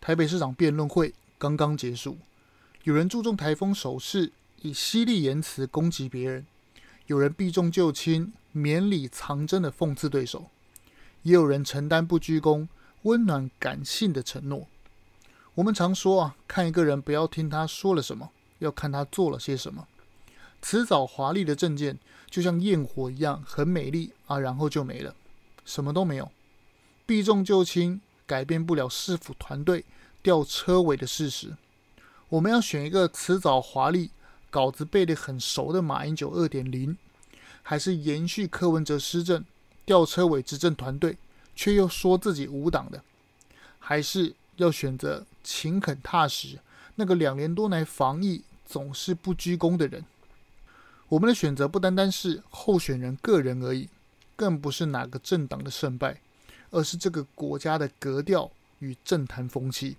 台北市长辩论会刚刚结束，有人注重台风手势，以犀利言辞攻击别人；有人避重就轻，绵里藏针的讽刺对手；也有人承担不居功、温暖感性的承诺。我们常说看一个人不要听他说了什么，要看他做了些什么。辞藻华丽的政见就像焰火一样很美丽然后就没了，什么都没有。避重就轻改变不了市府团队吊车尾的事实。我们要选一个辞藻华丽、稿子背得很熟的马英九 2.0， 还是延续柯文哲施政、吊车尾执政团队却又说自己无党的？还是要选择勤恳踏实，那个2年多来防疫总是不居功的人？我们的选择不单单是候选人个人而已，更不是哪个政党的胜败，而是这个国家的格调与政坛风气。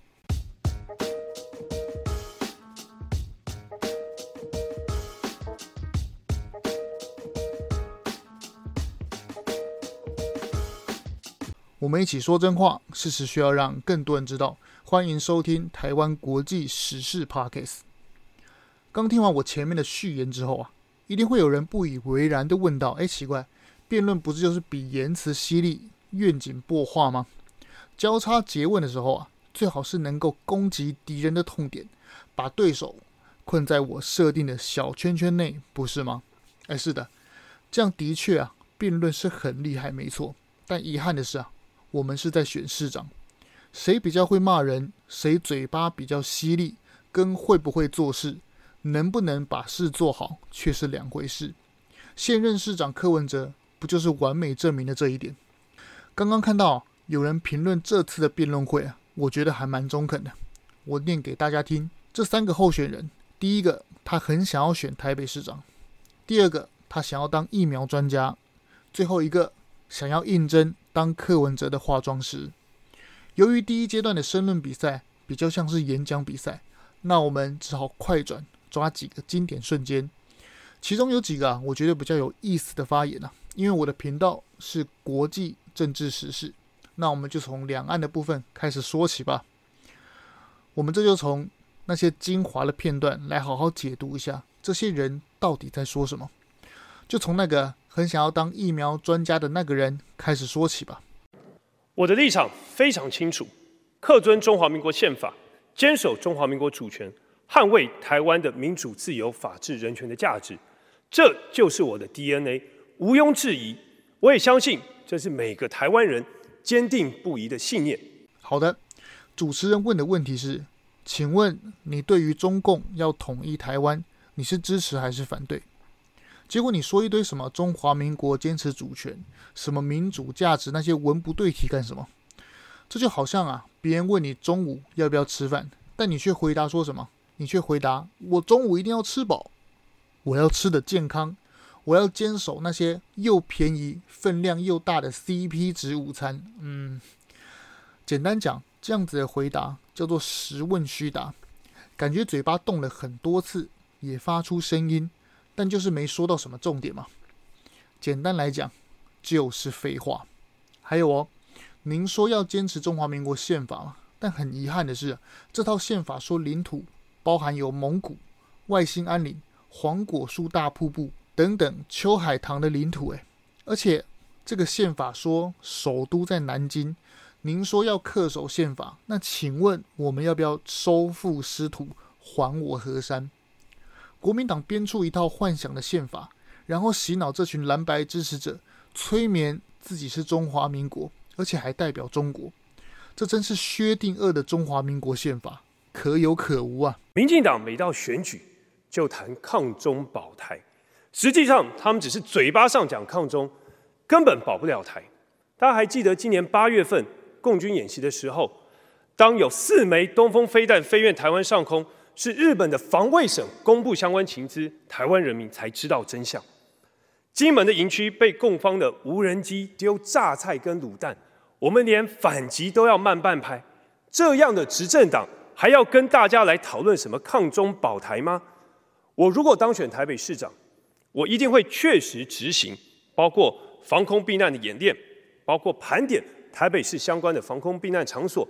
我们一起说真话，事实需要让更多人知道。欢迎收听台湾国际时事 Podcast。 刚听完我前面的序言之后一定会有人不以为然的问到，奇怪，辩论不是就是比言辞犀利、愿景擘画吗？交叉诘问的时候最好是能够攻击敌人的痛点，把对手困在我设定的小圈圈内，不是吗？是的，这样的确辩论是很厉害，没错。但遗憾的是我们是在选市长，谁比较会骂人，谁嘴巴比较犀利，跟会不会做事，能不能把事做好，却是两回事。现任市长柯文哲不就是完美证明了这一点？刚刚看到有人评论这次的辩论会我觉得还蛮中肯的。我念给大家听，这3个候选人，第一个他很想要选台北市长，第二个他想要当疫苗专家，最后一个想要应征当柯文哲的化妆师。由于第一阶段的申论比赛比较像是演讲比赛，那我们只好快转抓几个经典瞬间。其中有几个我觉得比较有意思的发言因为我的频道是国际政治时事，那我们就从两岸的部分开始说起吧。我们这就从那些精华的片段来好好解读一下这些人到底在说什么。就从那个很想要当疫苗专家的那个人开始说起吧。 我的立场非常清楚，恪遵中华民国宪法，坚守中华民国主权，捍卫台湾的民主、自由、法治、人权的价值，这就是我的 DNA， 毋庸置疑。我也相信这是每个台湾人坚定不移的信念。 好的，主持人问的问题是，请问你对于中共要统一台湾，你是支持还是反对？结果你说一堆什么中华民国坚持主权，什么民主价值，那些文不对题干什么？这就好像别人问你中午要不要吃饭，但你却回答说什么？你却回答我中午一定要吃饱，我要吃的健康，我要坚守那些又便宜分量又大的 CP 值午餐。简单讲，这样子的回答叫做实问虚答，感觉嘴巴动了很多次，也发出声音，但就是没说到什么重点嘛。简单来讲就是废话。还有您说要坚持中华民国宪法嘛，但很遗憾的是，这套宪法说领土包含有蒙古、外兴安岭、黄果树大瀑布等等秋海棠的领土而且这个宪法说首都在南京，您说要恪守宪法，那请问我们要不要收复失土，还我河山？国民党编出一套幻想的宪法，然后洗脑这群蓝白支持者，催眠自己是中华民国，而且还代表中国。这真是薛定谔的中华民国宪法，可有可无民进党每到选举就谈抗中保台，实际上他们只是嘴巴上讲抗中，根本保不了台。大家还记得今年8月份共军演习的时候，当有4枚东风飞弹飞越台湾上空，是日本的防卫省公布相关情资，台湾人民才知道真相。金门的营区被共方的无人机丢榨菜跟卤蛋，我们连反击都要慢半拍。这样的执政党还要跟大家来讨论什么抗中保台吗？我如果当选台北市长，我一定会确实执行，包括防空避难的演练，包括盘点台北市相关的防空避难场所，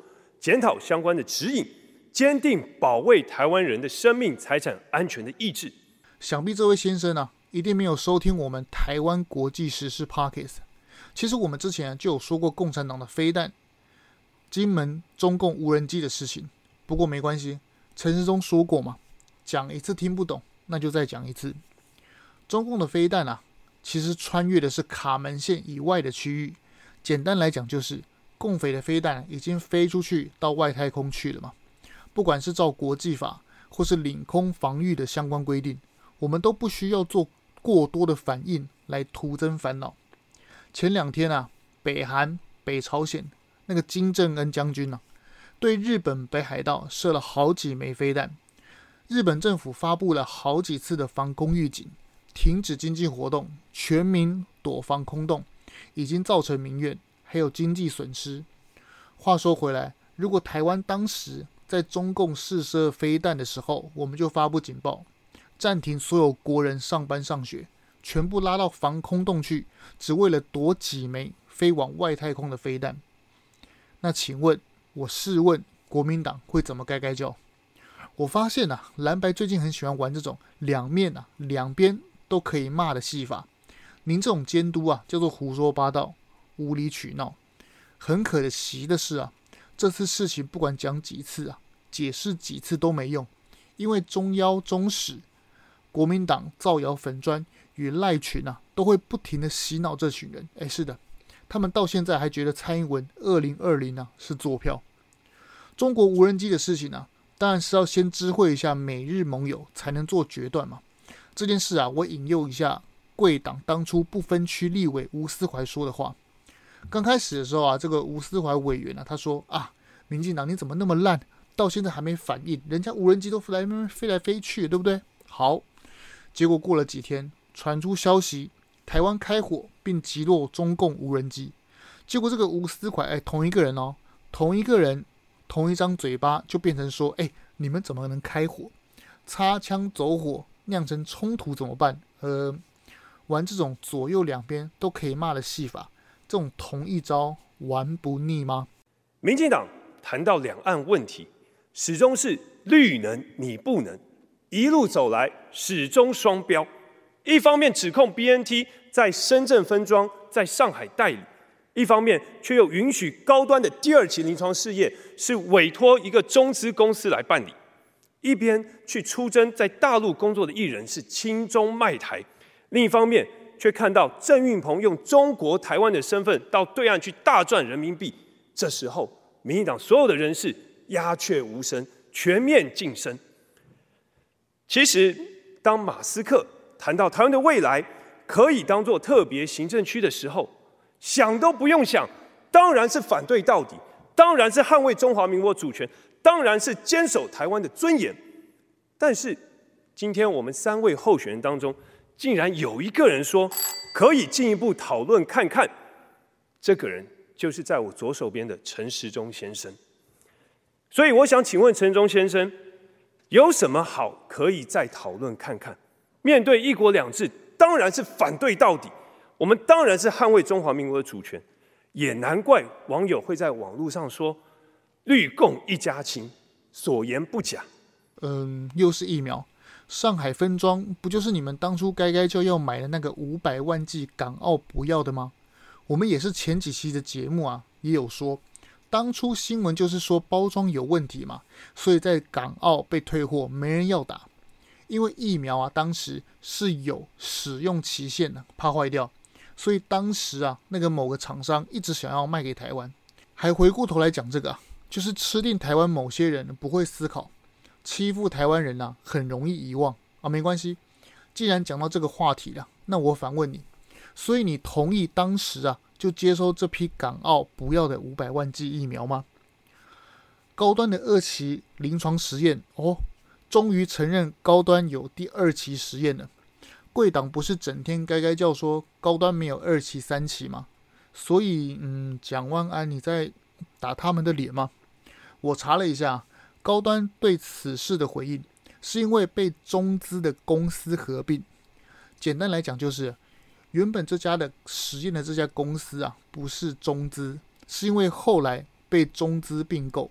检讨相关的指引，坚定保卫台湾人的生命财产安全的意志。 想必这位先生一定没有收听我们台湾国际时事 Podcast。其实我们之前就有说过共产党的飞弹、金门中共无人机的事情，不过没关系，陈时中说过嘛，讲一次听不懂，那就再讲一次。中共的飞弹其实穿越的是卡门线以外的区域，简单来讲就是共匪的飞弹已经飞出去到外太空去了嘛。不管是照国际法或是领空防御的相关规定，我们都不需要做过多的反应来徒增烦恼。前2天北韩、北朝鲜那个金正恩将军对日本北海道射了好几枚飞弹。日本政府发布了好几次的防空预警，停止经济活动，全民躲防空洞，已经造成民怨，还有经济损失。话说回来，如果台湾当时在中共试射飞弹的时候，我们就发布警报，暂停所有国人上班上学，全部拉到防空洞去，只为了躲几枚飞往外太空的飞弹。那请问，我试问国民党会怎么该叫？我发现蓝白最近很喜欢玩这种两边都可以骂的戏法。您这种监督叫做胡说八道、无理取闹。很可惜的是这次事情不管讲几次解释几次都没用，因为中央中时、国民党造谣粉专与赖群都会不停的洗脑这群人。是的，他们到现在还觉得蔡英文2020是作票。中国无人机的事情当然是要先知会一下美日盟友才能做决断嘛。这件事我引用一下贵党当初不分区立委吴思怀说的话。刚开始的时候这个吴思怀委员他说民进党你怎么那么烂，到现在还没反应，人家无人机都飞来飞去，对不对？好，结果过了几天，传出消息，台湾开火并击落中共无人机。结果这个吴思怀同一个人同一张嘴巴就变成说你们怎么能开火？擦枪走火酿成冲突怎么办？玩这种左右两边都可以骂的戏法，这种同一招玩不腻吗？ 民进党谈到两岸问题，始终是绿能你不能，一路走来始终双标。一方面指控 BNT 在深圳分装，在上海代理，一方面却又允许高端的第2期临床试验是委托一个中资公司来办理，一边去出征在大陆工作的艺人是亲中卖台，另一方面却看到郑运鹏用中国台湾的身份到对岸去大赚人民币。这时候民进党所有的人士鸦雀无声，全面晋升。其实当马斯克谈到台湾的未来可以当作特别行政区的时候，想都不用想，当然是反对到底，当然是捍卫中华民国主权，当然是坚守台湾的尊严。但是今天我们3位候选人当中，竟然有一个人说可以进一步讨论看看，这个人就是在我左手边的陈时中先生。所以我想请问陈时中先生，有什么好可以再讨论看看？面对1国2制，当然是反对到底，我们当然是捍卫中华民国的主权，也难怪网友会在网络上说绿共一家亲，所言不假。 又是疫苗，上海分装不就是你们当初该就要买的那个500万剂港澳不要的吗？我们也是前几期的节目也有说，当初新闻就是说包装有问题嘛，所以在港澳被退货，没人要打。因为疫苗当时是有使用期限的，怕坏掉，所以当时那个某个厂商一直想要卖给台湾。还回过头来讲这个就是吃定台湾某些人不会思考，欺负台湾人很容易遗忘没关系，既然讲到这个话题了，那我反问你，所以你同意当时就接收这批港澳不要的500万剂疫苗吗？高端的2期临床实验终于承认高端有第2期实验了。贵党不是整天该叫说高端没有2期3期吗？所以蒋万安你在打他们的脸吗？我查了一下，高端对此事的回应是因为被中资的公司合并。简单来讲就是原本这家的实验的这家公司不是中资，是因为后来被中资并购，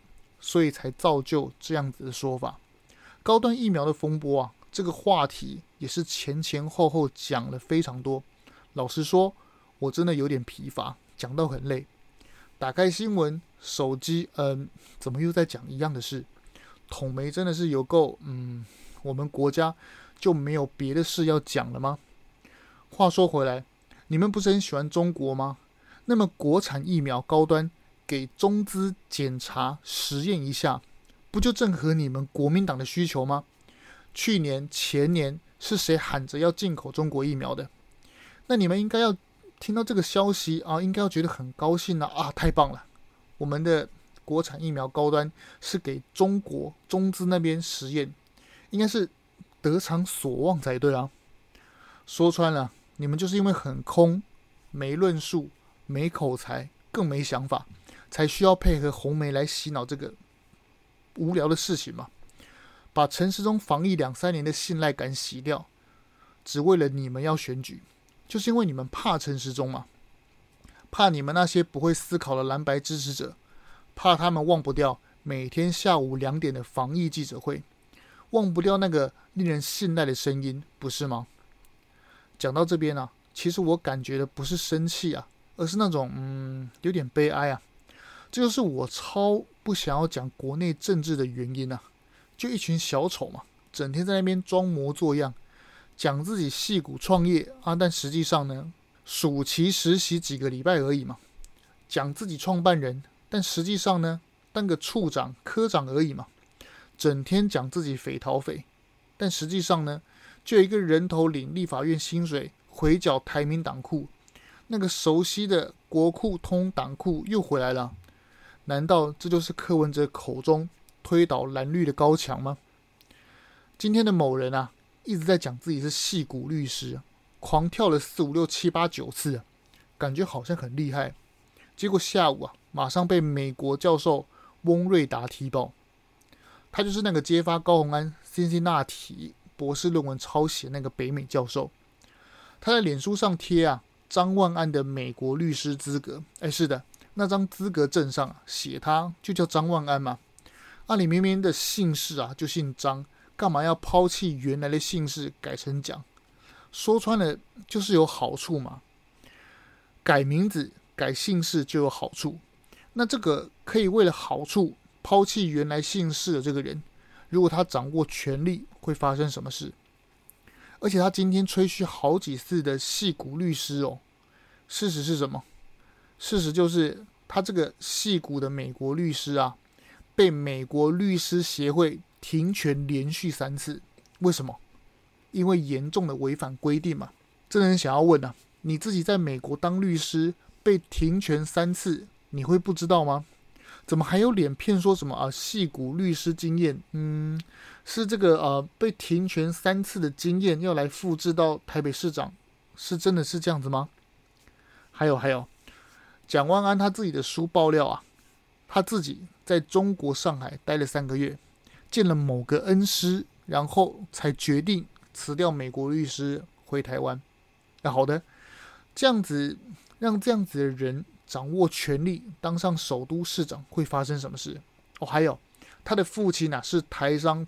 所以才造就这样子的说法。高端疫苗的风波啊，这个话题也是前前后后讲了非常多。老实说，我真的有点疲乏，讲到很累。打开新闻，手机，怎么又在讲一样的事？统媒真的是有够，我们国家就没有别的事要讲了吗？话说回来，你们不是很喜欢中国吗？那么国产疫苗高端给中资检查实验一下，不就正合你们国民党的需求吗？去年前年是谁喊着要进口中国疫苗的？那你们应该要听到这个消息啊，应该要觉得很高兴啊，太棒了！我们的国产疫苗高端是给中国中资那边实验，应该是得偿所望才对啊。说穿了，你们就是因为很空，没论述，没口才，更没想法，才需要配合红媒来洗脑这个无聊的事情嘛。把陈时中防疫2-3年的信赖感洗掉，只为了你们要选举，就是因为你们怕陈时中嘛，怕你们那些不会思考的蓝白支持者，怕他们忘不掉每天下午2点的防疫记者会，忘不掉那个令人信赖的声音，不是吗？讲到这边啊，其实我感觉的不是生气啊，而是那种有点悲哀啊。这就是我超不想要讲国内政治的原因啊。就一群小丑嘛，整天在那边装模作样，讲自己矽谷创业啊，但实际上呢，暑期实习几个礼拜而已嘛。讲自己创办人，但实际上呢，当个处长、科长而已嘛。整天讲自己匪逃匪，但实际上呢，就有一个人头领立法院薪水，回缴台民党库，那个熟悉的国库通党库又回来了。难道这就是柯文哲口中推倒蓝绿的高墙吗？今天的某人啊，一直在讲自己是矽谷律师，狂跳了4、5、6、7、8、9次，感觉好像很厉害。结果下午啊，马上被美国教授翁瑞达踢爆。他就是那个揭发高虹安辛辛那提博士论文抄袭那个北美教授。他在脸书上贴啊，张万安的美国律师资格。是的，那张资格证上啊，写他就叫张万安嘛。你明明的姓氏啊就姓张，干嘛要抛弃原来的姓氏改成蒋？说穿了就是有好处嘛。改名字改姓氏就有好处，那这个可以为了好处抛弃原来姓氏的这个人，如果他掌握权力，会发生什么事？而且他今天吹嘘好几次的矽谷律师哦，事实是什么？事实就是他这个矽谷的美国律师啊，被美国律师协会停权连续3次。为什么？因为严重的违反规定嘛。真人想要问啊，你自己在美国当律师被停权3次，你会不知道吗？怎么还有脸骗说什么矽谷律师经验？是这个被停权3次的经验要来复制到台北市长，是真的是这样子吗？还有，蒋万安他自己的书爆料啊，他自己在中国上海待了3个月，见了某个恩师，然后才决定辞掉美国律师回台湾。好的，这样子让这样子的人掌握权力，当上首都市长会发生什么事？还有他的父亲是台商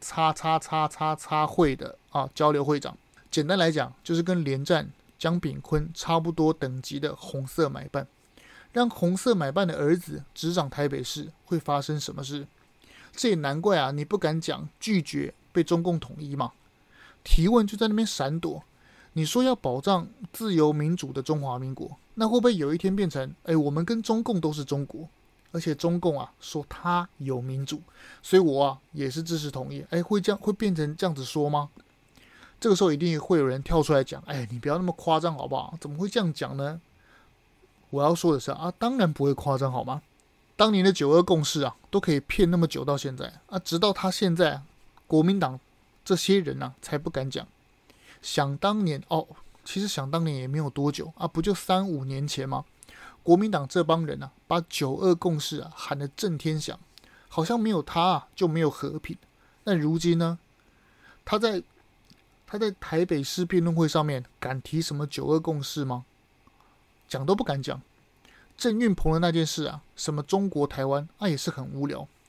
XXXXX会的交流会长，简单来讲就是跟连战、江炳坤差不多等级的红色买办。让红色买办的儿子执掌台北市，会发生什么事？这也难怪你不敢讲拒绝被中共统一嘛。提问就在那边闪躲。你说要保障自由民主的中华民国，那会不会有一天变成我们跟中共都是中国，而且中共说他有民主，所以我也是支持统一？会变成这样子说吗？这个时候一定会有人跳出来讲，你不要那么夸张好不好？怎么会这样讲呢？我要说的是当然不会夸张好吗？当年的9·2共识都可以骗那么久到现在直到他现在国民党这些人才不敢讲。想当年其实想当年也没有多久不就3、5年前吗？国民党这帮人把9·2共识喊得震天响，好像没有他就没有和平。那如今呢？他在台北市辩论会上面敢提什么9·2共识吗？讲都不敢讲。郑运鹏的那件事什么中国台湾也是很无聊。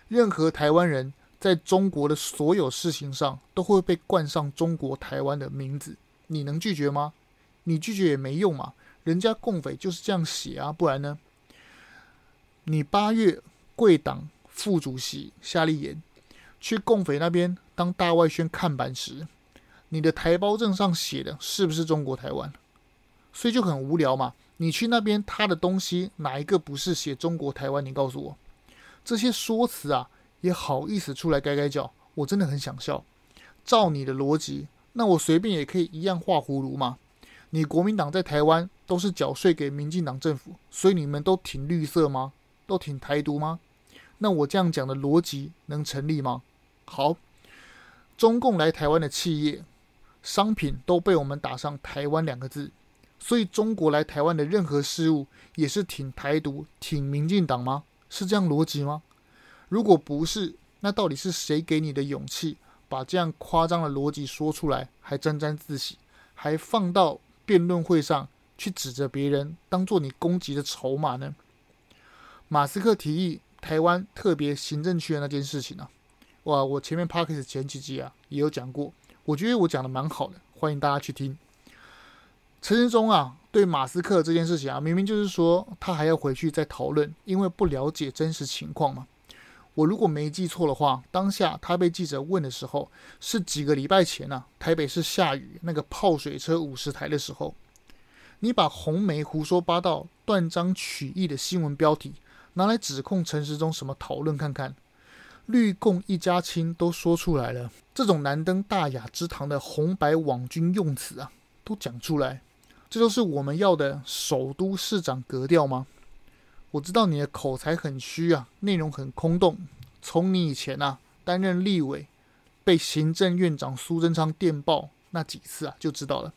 任何台湾人在中国的所有事情上都会被冠上中国台湾的名字，你能拒绝吗？你拒绝也没用嘛，人家共匪就是这样写啊，不然呢？你8月贵党副主席夏立言去共匪那边当大外宣看板时，你的台胞证上写的是不是中国台湾？所以就很无聊嘛。你去那边，他的东西哪一个不是写中国台湾？你告诉我，这些说辞啊，也好意思出来改改脚，我真的很想笑。照你的逻辑，那我随便也可以一样画葫芦嘛。你国民党在台湾都是缴税给民进党政府，所以你们都挺绿色吗？都挺台独吗？那我这样讲的逻辑能成立吗？好，中共来台湾的企业、商品都被我们打上台湾2个字，所以中国来台湾的任何事物也是挺台独、挺民进党吗？是这样逻辑吗？如果不是，那到底是谁给你的勇气，把这样夸张的逻辑说出来，还沾沾自喜，还放到辩论会上去指着别人，当做你攻击的筹码呢？马斯克提议台湾特别行政区的那件事情啊，哇，我前面 Podcast 前几集啊也有讲过，我觉得我讲的蛮好的，欢迎大家去听。陈时中啊，对马斯克这件事情啊，明明就是说他还要回去再讨论，因为不了解真实情况嘛。我如果没记错的话，当下他被记者问的时候，是几个礼拜前啊，台北市下雨那个泡水车50台的时候，你把红媒胡说八道、断章取义的新闻标题拿来指控陈时中什么讨论看看，绿共一家亲都说出来了，这种难登大雅之堂的红白网军用词啊，都讲出来，这就是我们要的首都市长格调吗？我知道你的口才很虚啊，内容很空洞，从你以前啊担任立委被行政院长苏贞昌电报那几次啊就知道了。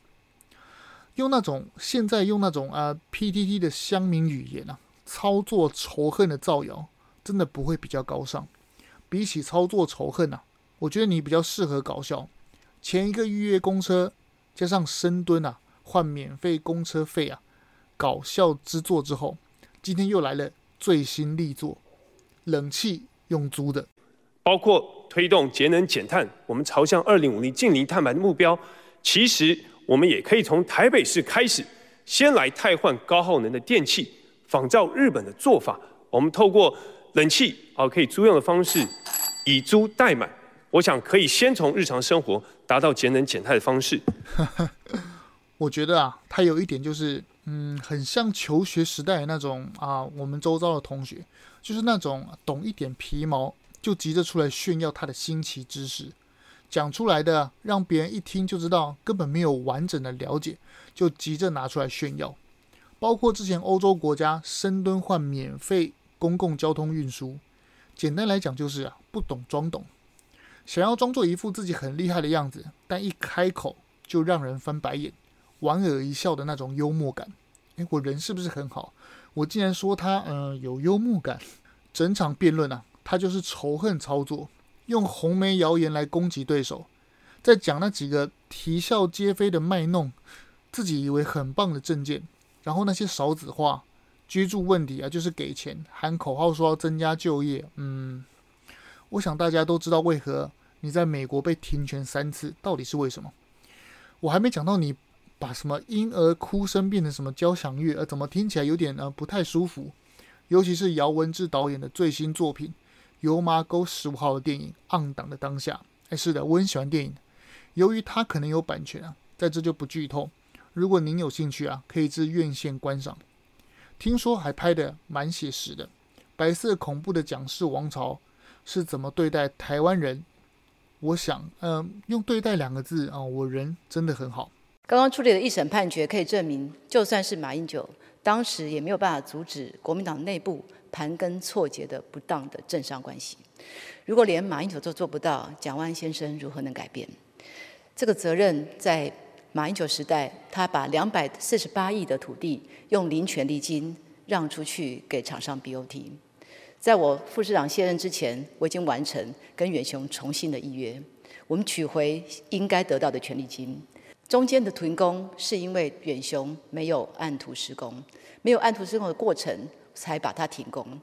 现在用那种PTT 的乡民语言啊，操作仇恨的造谣，真的不会比较高尚。比起操作仇恨啊，我觉得你比较适合搞笑。前一个预约公车加上深蹲啊，换免费公车费啊，搞笑之作之后，今天又来了最新力作，冷气用租的， 包括推动节能减碳，我们朝向2050净零碳排的目标，其实我们也可以从台北市开始，先来汰换高耗能的电器，仿照日本的做法，我们透过冷气可以租用的方式，以租代买。我想可以先从日常生活达到节能减碳的方式。 我觉得啊，它有一点就是，很像求学时代的那种我们周遭的同学，就是那种懂一点皮毛就急着出来炫耀他的新奇知识，讲出来的让别人一听就知道根本没有完整的了解，就急着拿出来炫耀。包括之前欧洲国家深蹲换免费公共交通运输，简单来讲就是不懂装懂，想要装作一副自己很厉害的样子，但一开口就让人翻白眼，莞尔一笑的那种幽默感。我人是不是很好？我竟然说他有幽默感。整场辩论他就是仇恨操作，用红媒谣言来攻击对手，在讲那几个啼笑皆非的卖弄，自己以为很棒的政见，然后那些少子化、居住问题就是给钱，喊口号说要增加就业。我想大家都知道为何你在美国被停权3次，到底是为什么？我还没讲到你把什么婴儿哭声变成什么交响乐，怎么听起来有点不太舒服。尤其是姚文智导演的最新作品《油麻沟15号》的电影《on 档的当下》。是的，我很喜欢电影，由于它可能有版权在这就不剧透。如果您有兴趣可以至院线观赏。听说还拍得蛮写实的，白色恐怖的蒋氏王朝是怎么对待台湾人？我想，用对待2个字我人真的很好。 刚刚处理的一审判决可以证明，就算是马英九当时也没有办法阻止国民党内部盘根错节的不当的政商关系。如果连马英九都做不到，蒋万安先生如何能改变？这个责任在马英九时代，他把248亿的土地用零权利金让出去给厂商 BOT。在我副市长卸任之前，我已经完成跟远雄重新的议约，我们取回应该得到的权利金。中间的停工是因为远雄没有按图施工，没有按图施工的过程才把它停工。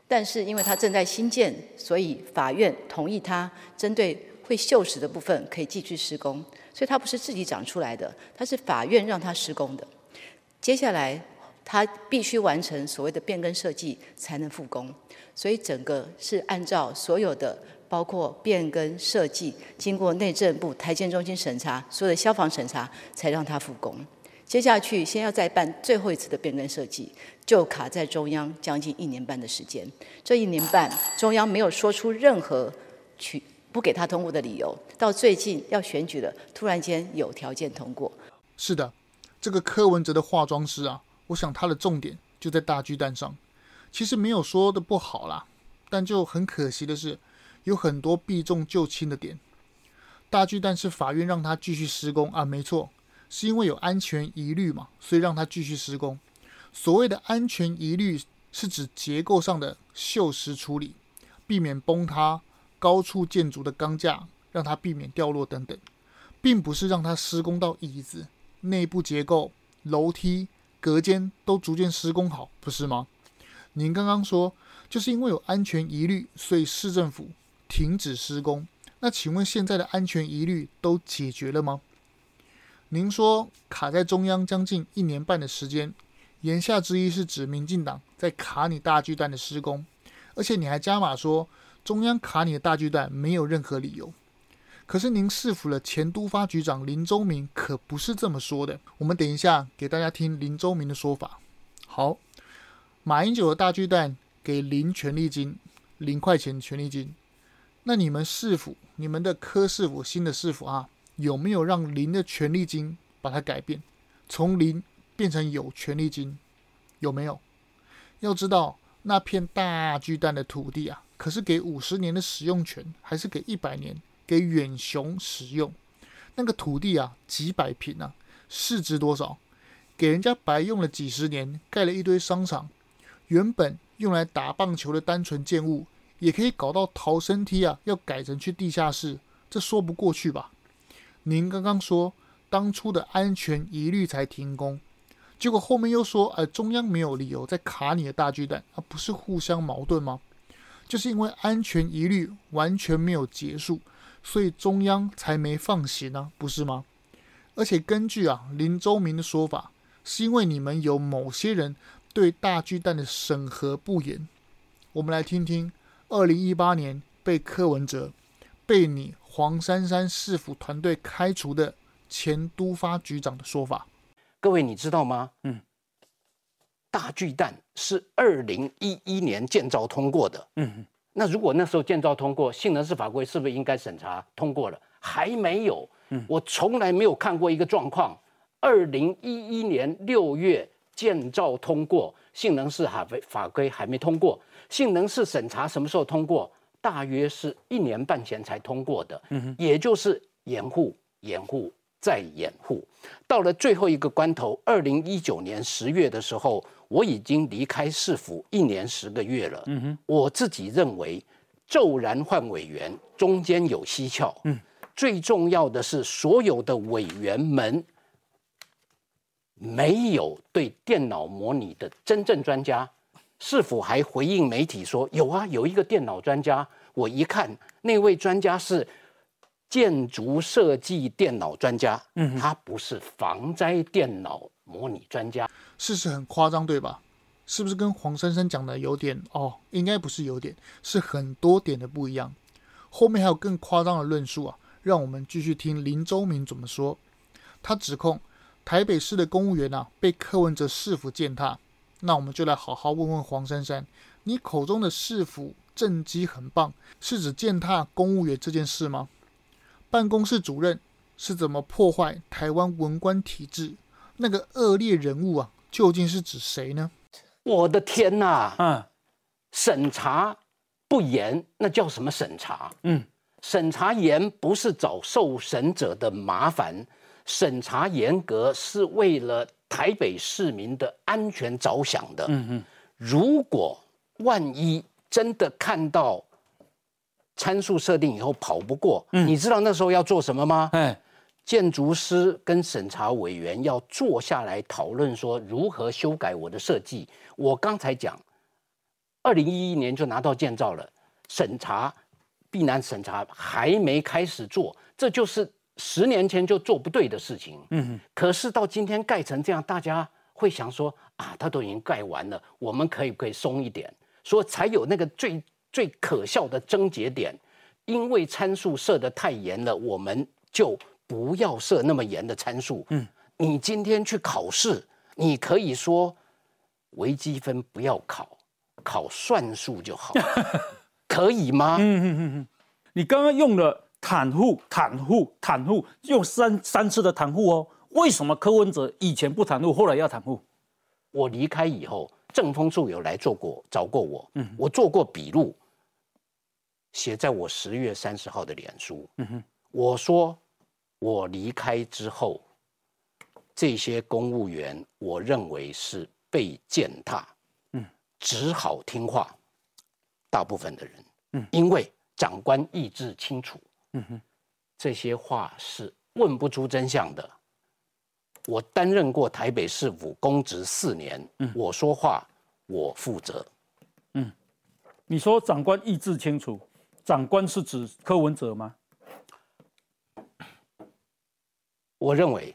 但是因为它正在新建，所以法院同意它针对会锈蚀的部分可以继续施工，所以它不是自己长出来的，它是法院让它施工的。接下来它必须完成所谓的变更设计才能复工，所以整个是按照所有的包括变更设计，经过内政部台建中心审查，所有的消防审查，才让它复工。接下去先要再办最后一次的变更设计，就卡在中央将近1年半的时间。这1年半，中央没有说出任何不给他通过的理由，到最近要选举了，突然间有条件通过。 是的，这个柯文哲的化妆师啊，我想他的重点就在大巨蛋上。其实没有说的不好啦，但就很可惜的是，有很多避重就轻的点。大巨蛋是法院让他继续施工啊，没错。是因为有安全疑虑嘛，所以让它继续施工。所谓的安全疑虑是指结构上的锈蚀处理，避免崩塌、高处建筑的钢架让它避免掉落等等，并不是让它施工到椅子、内部结构、楼梯、隔间都逐渐施工好，不是吗？您刚刚说就是因为有安全疑虑，所以市政府停止施工。那请问现在的安全疑虑都解决了吗？您说卡在中央将近1年半的时间，言下之意是指民进党在卡你大巨蛋的施工，而且你还加码说中央卡你的大巨蛋没有任何理由。可是您市府的前都发局长林周明可不是这么说的，我们等一下给大家听林周明的说法。好，马英九的大巨蛋给0权利金，0块钱权利金，那你们市府，你们的柯市府新的市府啊，有没有让0的权利金把它改变，从0变成有权利金？有没有？要知道那片大巨蛋的土地啊，可是给50年的使用权，还是给100年给远雄使用？那个土地啊，几百坪啊，市值多少？给人家白用了几十年，盖了一堆商场，原本用来打棒球的单纯建物，也可以搞到逃生梯啊，要改成去地下室，这说不过去吧？您刚刚说当初的安全疑虑才停工，结果后面又说中央没有理由在卡你的大巨蛋，不是互相矛盾吗？就是因为安全疑虑完全没有结束，所以中央才没放行啊，不是吗？而且根据林周明的说法，是因为你们有某些人对大巨蛋的审核不严。我们来听听2018年被柯文哲、被你黄珊珊市府团队开除的前都发局长的说法。 各位你知道吗？大巨蛋是2011年建造通过的。那如果那时候建造通过，性能式法规是不是应该审查通过了？还没有。我从来没有看过一个状况，2011年6月建造通过，性能式法规还没通过，性能式审查什么时候通过？大约是1年半前才通过的，也就是延误再延误，到了最后一个关头，2019年10月的时候，我已经离开市府1年10个月了。我自己认为，骤然换委员中间有蹊跷。最重要的是，所有的委员们没有对电脑模拟的真正专家。市府还回应媒体说，有一个电脑专家。我一看，那位专家是建筑设计电脑专家，他不是防灾电脑模拟专家。 事实很夸张，对吧？是不是跟黄珊珊讲的有点应该不是有点，是很多点的不一样。后面还有更夸张的论述啊，让我们继续听林周明怎么说。他指控台北市的公务员被柯文哲市府践踏。那我们就来好好问问黄珊珊，你口中的市府政绩很棒，是指践踏公务员这件事吗？办公室主任是怎么破坏台湾文官体制？那个恶劣人物究竟是指谁呢？ 我的天哪！审查不严，那叫什么审查？审查严不是找受审者的麻烦，审查严格是为了台北市民的安全着想的。如果万一真的看到参数设定以后跑不过，你知道那时候要做什么吗？建筑师跟审查委员要坐下来讨论说如何修改我的设计。我刚才讲， 2011年就拿到建造了，审查避难审查还没开始做，这就是10年前就做不对的事情。可是到今天盖成这样，大家会想说啊，它都已经盖完了，我们可以不可以松一点？所以才有那个最可笑的症结点，因为参数设得太严了，我们就不要设那么严的参数。你今天去考试，你可以说微积分不要考算术就好，可以吗？ 你刚刚用了袒护，用三次的袒护哦。为什么柯文哲以前不袒护，后来要袒护？ 我离开以后，政风处有来找过我，我做过笔录，写在我10月30号的脸书。我说我离开之后，这些公务员，我认为是被践踏，只好听话，大部分的人，因为长官意志清楚，这些话是问不出真相的。我担任过台北市府公职4年，我说话我负责。 你说长官意志清楚，长官是指柯文哲吗？ 我认为，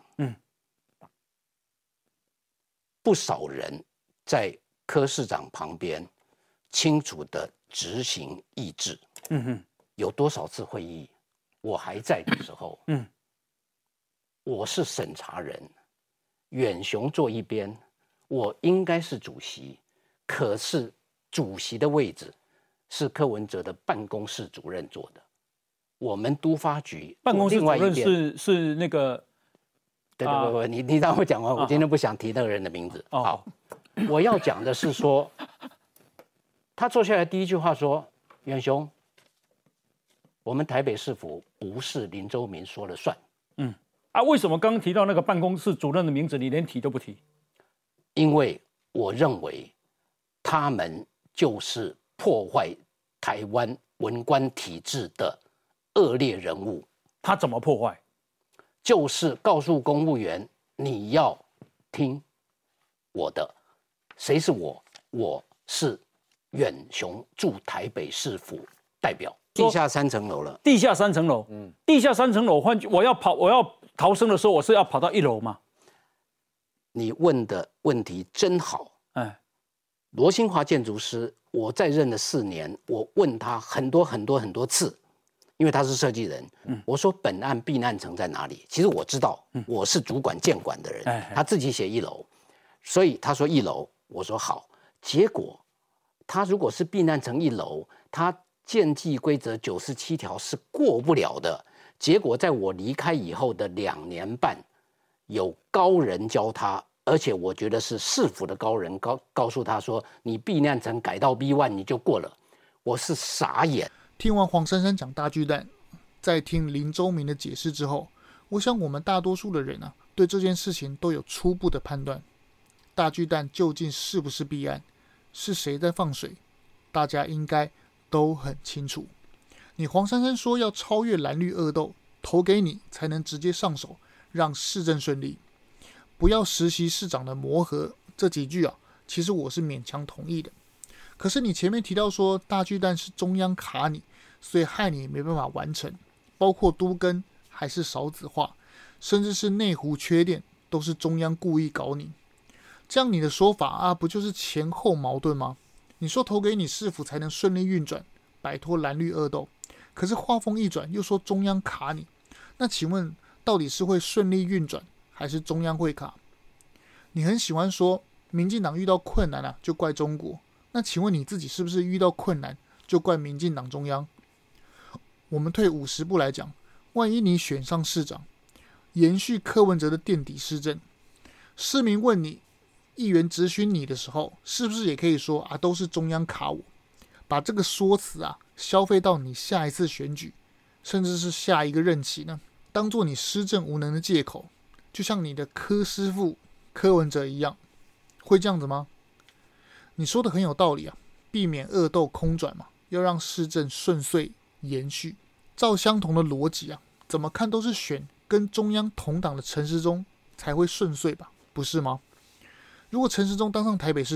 不少人在柯市长旁边清楚的执行意志。有多少次会议，我还在的时候，我是审查人，远雄坐一边，我应该是主席，可是主席的位置是柯文哲的办公室主任坐的，我们都发局办公室主任是那个， 对，你让我讲完，我今天不想提那个人的名字。好，我要讲的是说，他坐下来第一句话说：“远雄，我们台北市府不是林周明说了算。” 为什么刚刚提到那个办公室主任的名字，你连提都不提？ 因为我认为他们就是破坏台湾文官体制的恶劣人物。 他怎么破坏？ 就是告诉公务员你要听我的。谁是我？我是远雄驻台北市府代表。地下3层楼了。 地下3层楼。地下3层楼，我要逃生的时候，我是要跑到1楼吗？ 你问的问题真好。罗新华建筑师，我在任了4年，我问他很多次，因为他是设计人。我说本案避难层在哪里？其实我知道，我是主管建管的人。他自己写1楼，所以他说1楼，我说好。结果他如果是避难层1楼，他建计规则97条是过不了的。结果在我离开以后的2年半，有高人教他，而且我觉得是市府的高人告诉他说，你避难层改到 B1 你就过了。我是傻眼。 听完黄珊珊讲大巨蛋，在听林周明的解释之后，我想我们大多数的人对这件事情都有初步的判断。大巨蛋究竟是不是弊案，是谁在放水，大家应该都很清楚。你黄珊珊说要超越蓝绿恶斗，投给你才能直接上手，让市政顺利，不要实习市长的磨合，这几句其实我是勉强同意的。可是你前面提到说大巨蛋是中央卡你，所以害你没办法完成，包括都更还是少子化，甚至是内湖缺电，都是中央故意搞你。这样你的说法不就是前后矛盾吗？你说投给你市府才能顺利运转，摆脱蓝绿恶斗，可是话锋一转又说中央卡你，那请问到底是会顺利运转，还是中央会卡？你很喜欢说民进党遇到困难就怪中国，那请问你自己是不是遇到困难就怪民进党中央？我们退50步来讲，万一你选上市长，延续柯文哲的垫底施政，市民问你，议员质询你的时候，是不是也可以说都是中央卡我？把这个说辞消费到你下一次选举，甚至是下一个任期呢，当做你施政无能的借口，就像你的柯师傅柯文哲一样，会这样子吗？你说的很有道理避免恶斗空转嘛，要让市政顺遂延续。照相同的逻辑怎么看都是选跟中央同党的陈时中才会顺遂吧，不是吗？如果陈时中当上台北市长，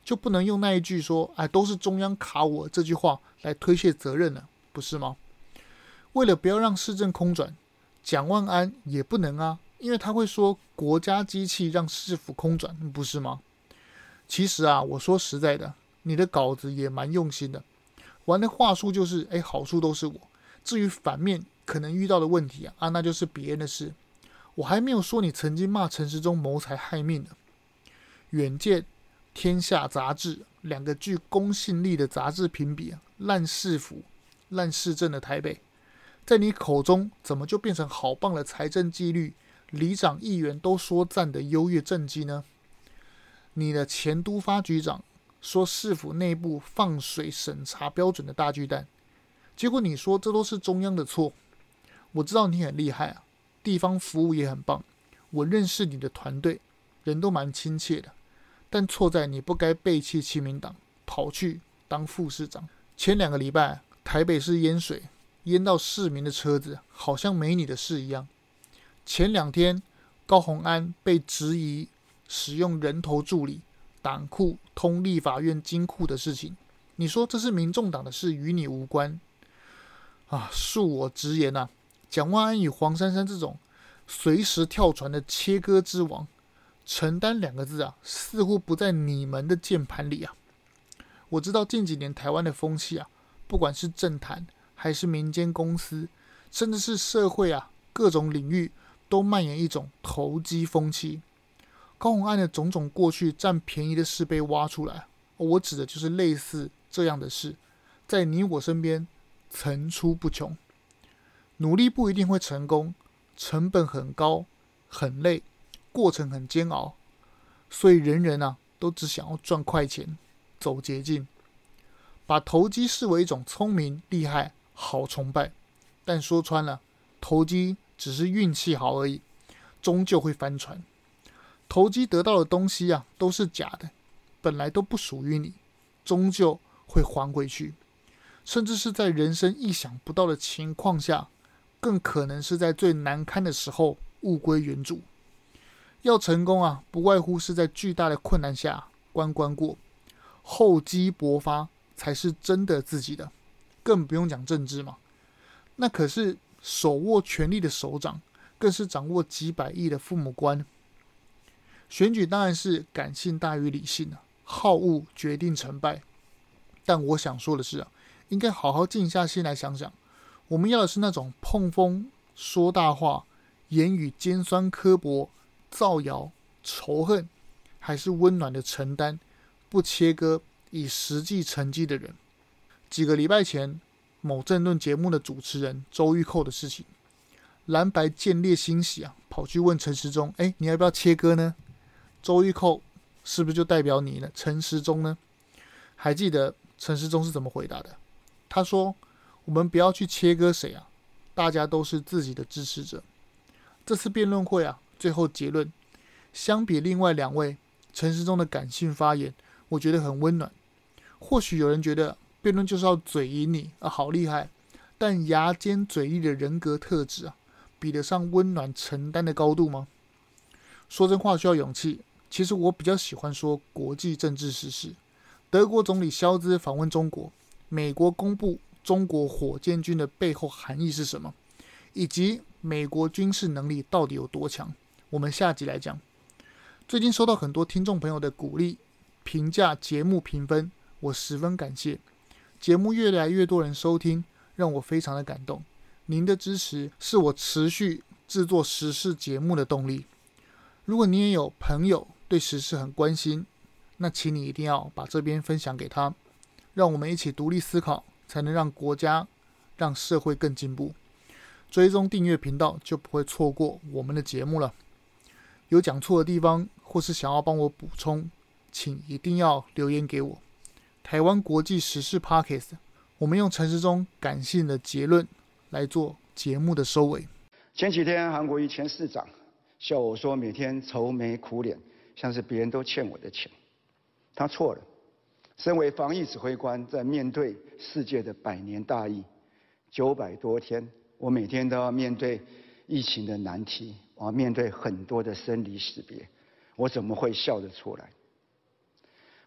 就不能用那一句说“哎，都是中央卡我”这句话来推卸责任了，不是吗？为了不要让市政空转，蒋万安也不能啊，因为他会说国家机器让市府空转，不是吗？其实啊，我说实在的，你的稿子也蛮用心的，玩的话术就是好处都是我，至于反面可能遇到的问题那就是别人的事。我还没有说你曾经骂陈时中谋财害命呢。远见、天下杂志两个具公信力的杂志评比烂市府、烂市政的台北，在你口中怎么就变成好棒的财政纪律、里长、议员都说赞的优越政绩呢？你的前都发局长说市府内部放水审查标准的大巨蛋，结果你说这都是中央的错。我知道你很厉害地方服务也很棒，我认识你的团队，人都蛮亲切的，但错在你不该背弃亲民党，跑去当副市长。前2个礼拜，台北市淹水，淹到市民的车子，好像没你的事一样。前2天，高虹安被质疑使用人头助理、党库通立法院金库的事情，你说这是民众党的事，与你无关恕我直言蒋万安与黄珊珊这种随时跳船的切割之王，承担2个字似乎不在你们的键盘里我知道近几年台湾的风气不管是政坛还是民间公司，甚至是社会各种领域都蔓延一种投机风气。高虹安的种种过去占便宜的事被挖出来，我指的就是类似这样的事，在你我身边层出不穷。努力不一定会成功，成本很高，很累，过程很煎熬，所以人人都只想要赚快钱，走捷径，把投机视为一种聪明、厉害、好崇拜。但说穿了，投机只是运气好而已，终究会翻船。投机得到的东西都是假的，本来都不属于你，终究会还回去。甚至是在人生意想不到的情况下，更可能是在最难堪的时候物归原主。要成功不外乎是在巨大的困难下关过，厚积薄发才是真的自己的，更不用讲政治嘛。那可是手握权力的首长，更是掌握几百亿的父母官。选举当然是感性大于理性好恶决定成败。但我想说的是应该好好静下心来想想，我们要的是那种碰风说大话、言语尖酸刻薄、造谣仇恨，还是温暖的承担、不切割以实际成绩的人。几个礼拜前，某政论节目的主持人周玉蔻的事情，蓝白见猎欣喜跑去问陈时中，你要不要切割呢？周玉蔻是不是就代表你呢？陈时中呢？还记得陈时中是怎么回答的？他说：“我们不要去切割谁大家都是自己的支持者。”这次辩论会最后结论，相比另外2位陈时中的感性发言，我觉得很温暖。或许有人觉得辩论就是要嘴赢你好厉害，但牙尖嘴利的人格特质比得上温暖承担的高度吗？说真话需要勇气。其实我比较喜欢说国际政治时事。德国总理肖兹访问中国，美国公布中国火箭军的背后含义是什么，以及美国军事能力到底有多强，我们下集来讲。最近收到很多听众朋友的鼓励、评价节目评分，我十分感谢。节目越来越多人收听，让我非常的感动。您的支持是我持续制作时事节目的动力。如果你也有朋友对时事很关心，那请你一定要把这边分享给他，让我们一起独立思考，才能让国家、让社会更进步。追踪订阅频道，就不会错过我们的节目了。有讲错的地方，或是想要帮我补充，请一定要留言给我。台湾国际时事 Podcast， 我们用陈时中感性的结论来做节目的收尾。 前几天，韩国瑜前市长笑我说每天愁眉苦脸，像是别人都欠我的钱。他错了。身为防疫指挥官，在面对世界的百年大疫，900多天，我每天都要面对疫情的难题，我要面对很多的生离死别，我怎么会笑得出来？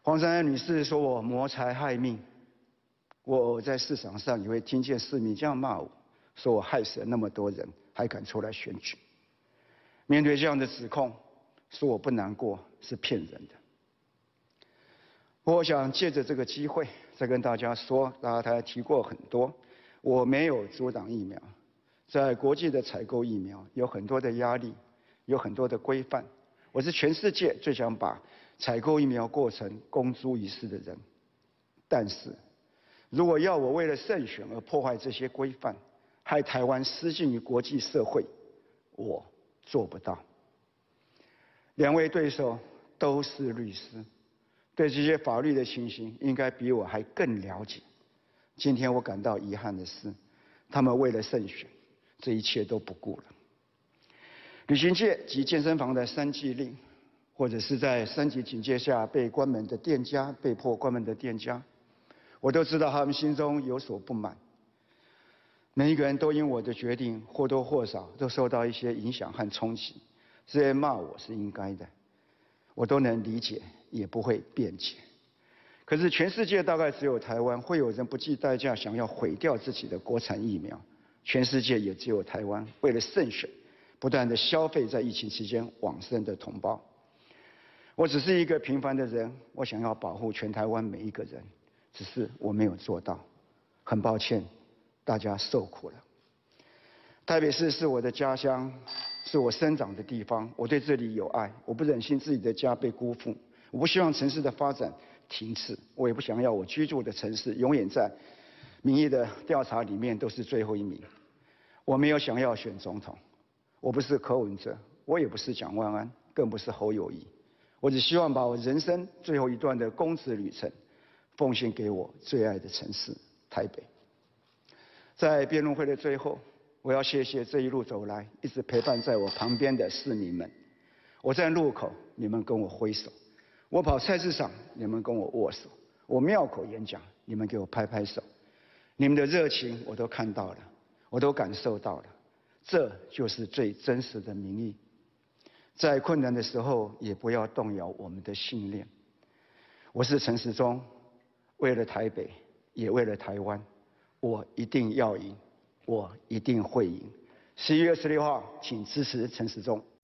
黄珊珊女士说我谋财害命，我在市场上也会听见市民这样骂我，说我害死了那么多人，还敢出来选举。面对这样的指控，说我不难过是骗人的。我想借着这个机会再跟大家说，大家提过很多，我没有阻挡疫苗，在国际的采购疫苗有很多的压力，有很多的规范。我是全世界最想把采购疫苗过程公诸于世的人，但是如果要我为了胜选而破坏这些规范，害台湾失信于国际社会，我做不到。两位对手都是律师，对这些法律的情形应该比我还更了解。今天我感到遗憾的是，他们为了胜选，这一切都不顾了。旅行界及健身房的3季令，或者是在3级警戒下被关门的店家、被迫关门的店家，我都知道他们心中有所不满。每一个人都因我的决定或多或少都受到一些影响和冲击，这些骂我是应该的，我都能理解，也不会辩解。可是全世界大概只有台湾会有人不计代价想要毁掉自己的国产疫苗，全世界也只有台湾为了胜选，不断的消费在疫情期间往生的同胞。我只是一个平凡的人，我想要保护全台湾每一个人，只是我没有做到，很抱歉，大家受苦了。台北市是我的家乡，是我生长的地方，我对这里有爱，我不忍心自己的家被辜负，我不希望城市的发展停滞，我也不想要我居住的城市永远在民意的调查里面都是最后一名。我没有想要选总统，我不是柯文哲，我也不是蒋万安，更不是侯友宜，我只希望把我人生最后一段的公职旅程奉献给我最爱的城市台北。在辩论会的最后，我要谢谢这一路走来一直陪伴在我旁边的市民们。我在路口，你们跟我挥手；我跑菜市场，你们跟我握手；我庙口演讲，你们给我拍拍手。你们的热情我都看到了，我都感受到了，这就是最真实的民意。在困难的时候，也不要动摇我们的信念。我是陈时中，为了台北，也为了台湾，我一定要赢，我一定会赢。11月26号，请支持陈时中。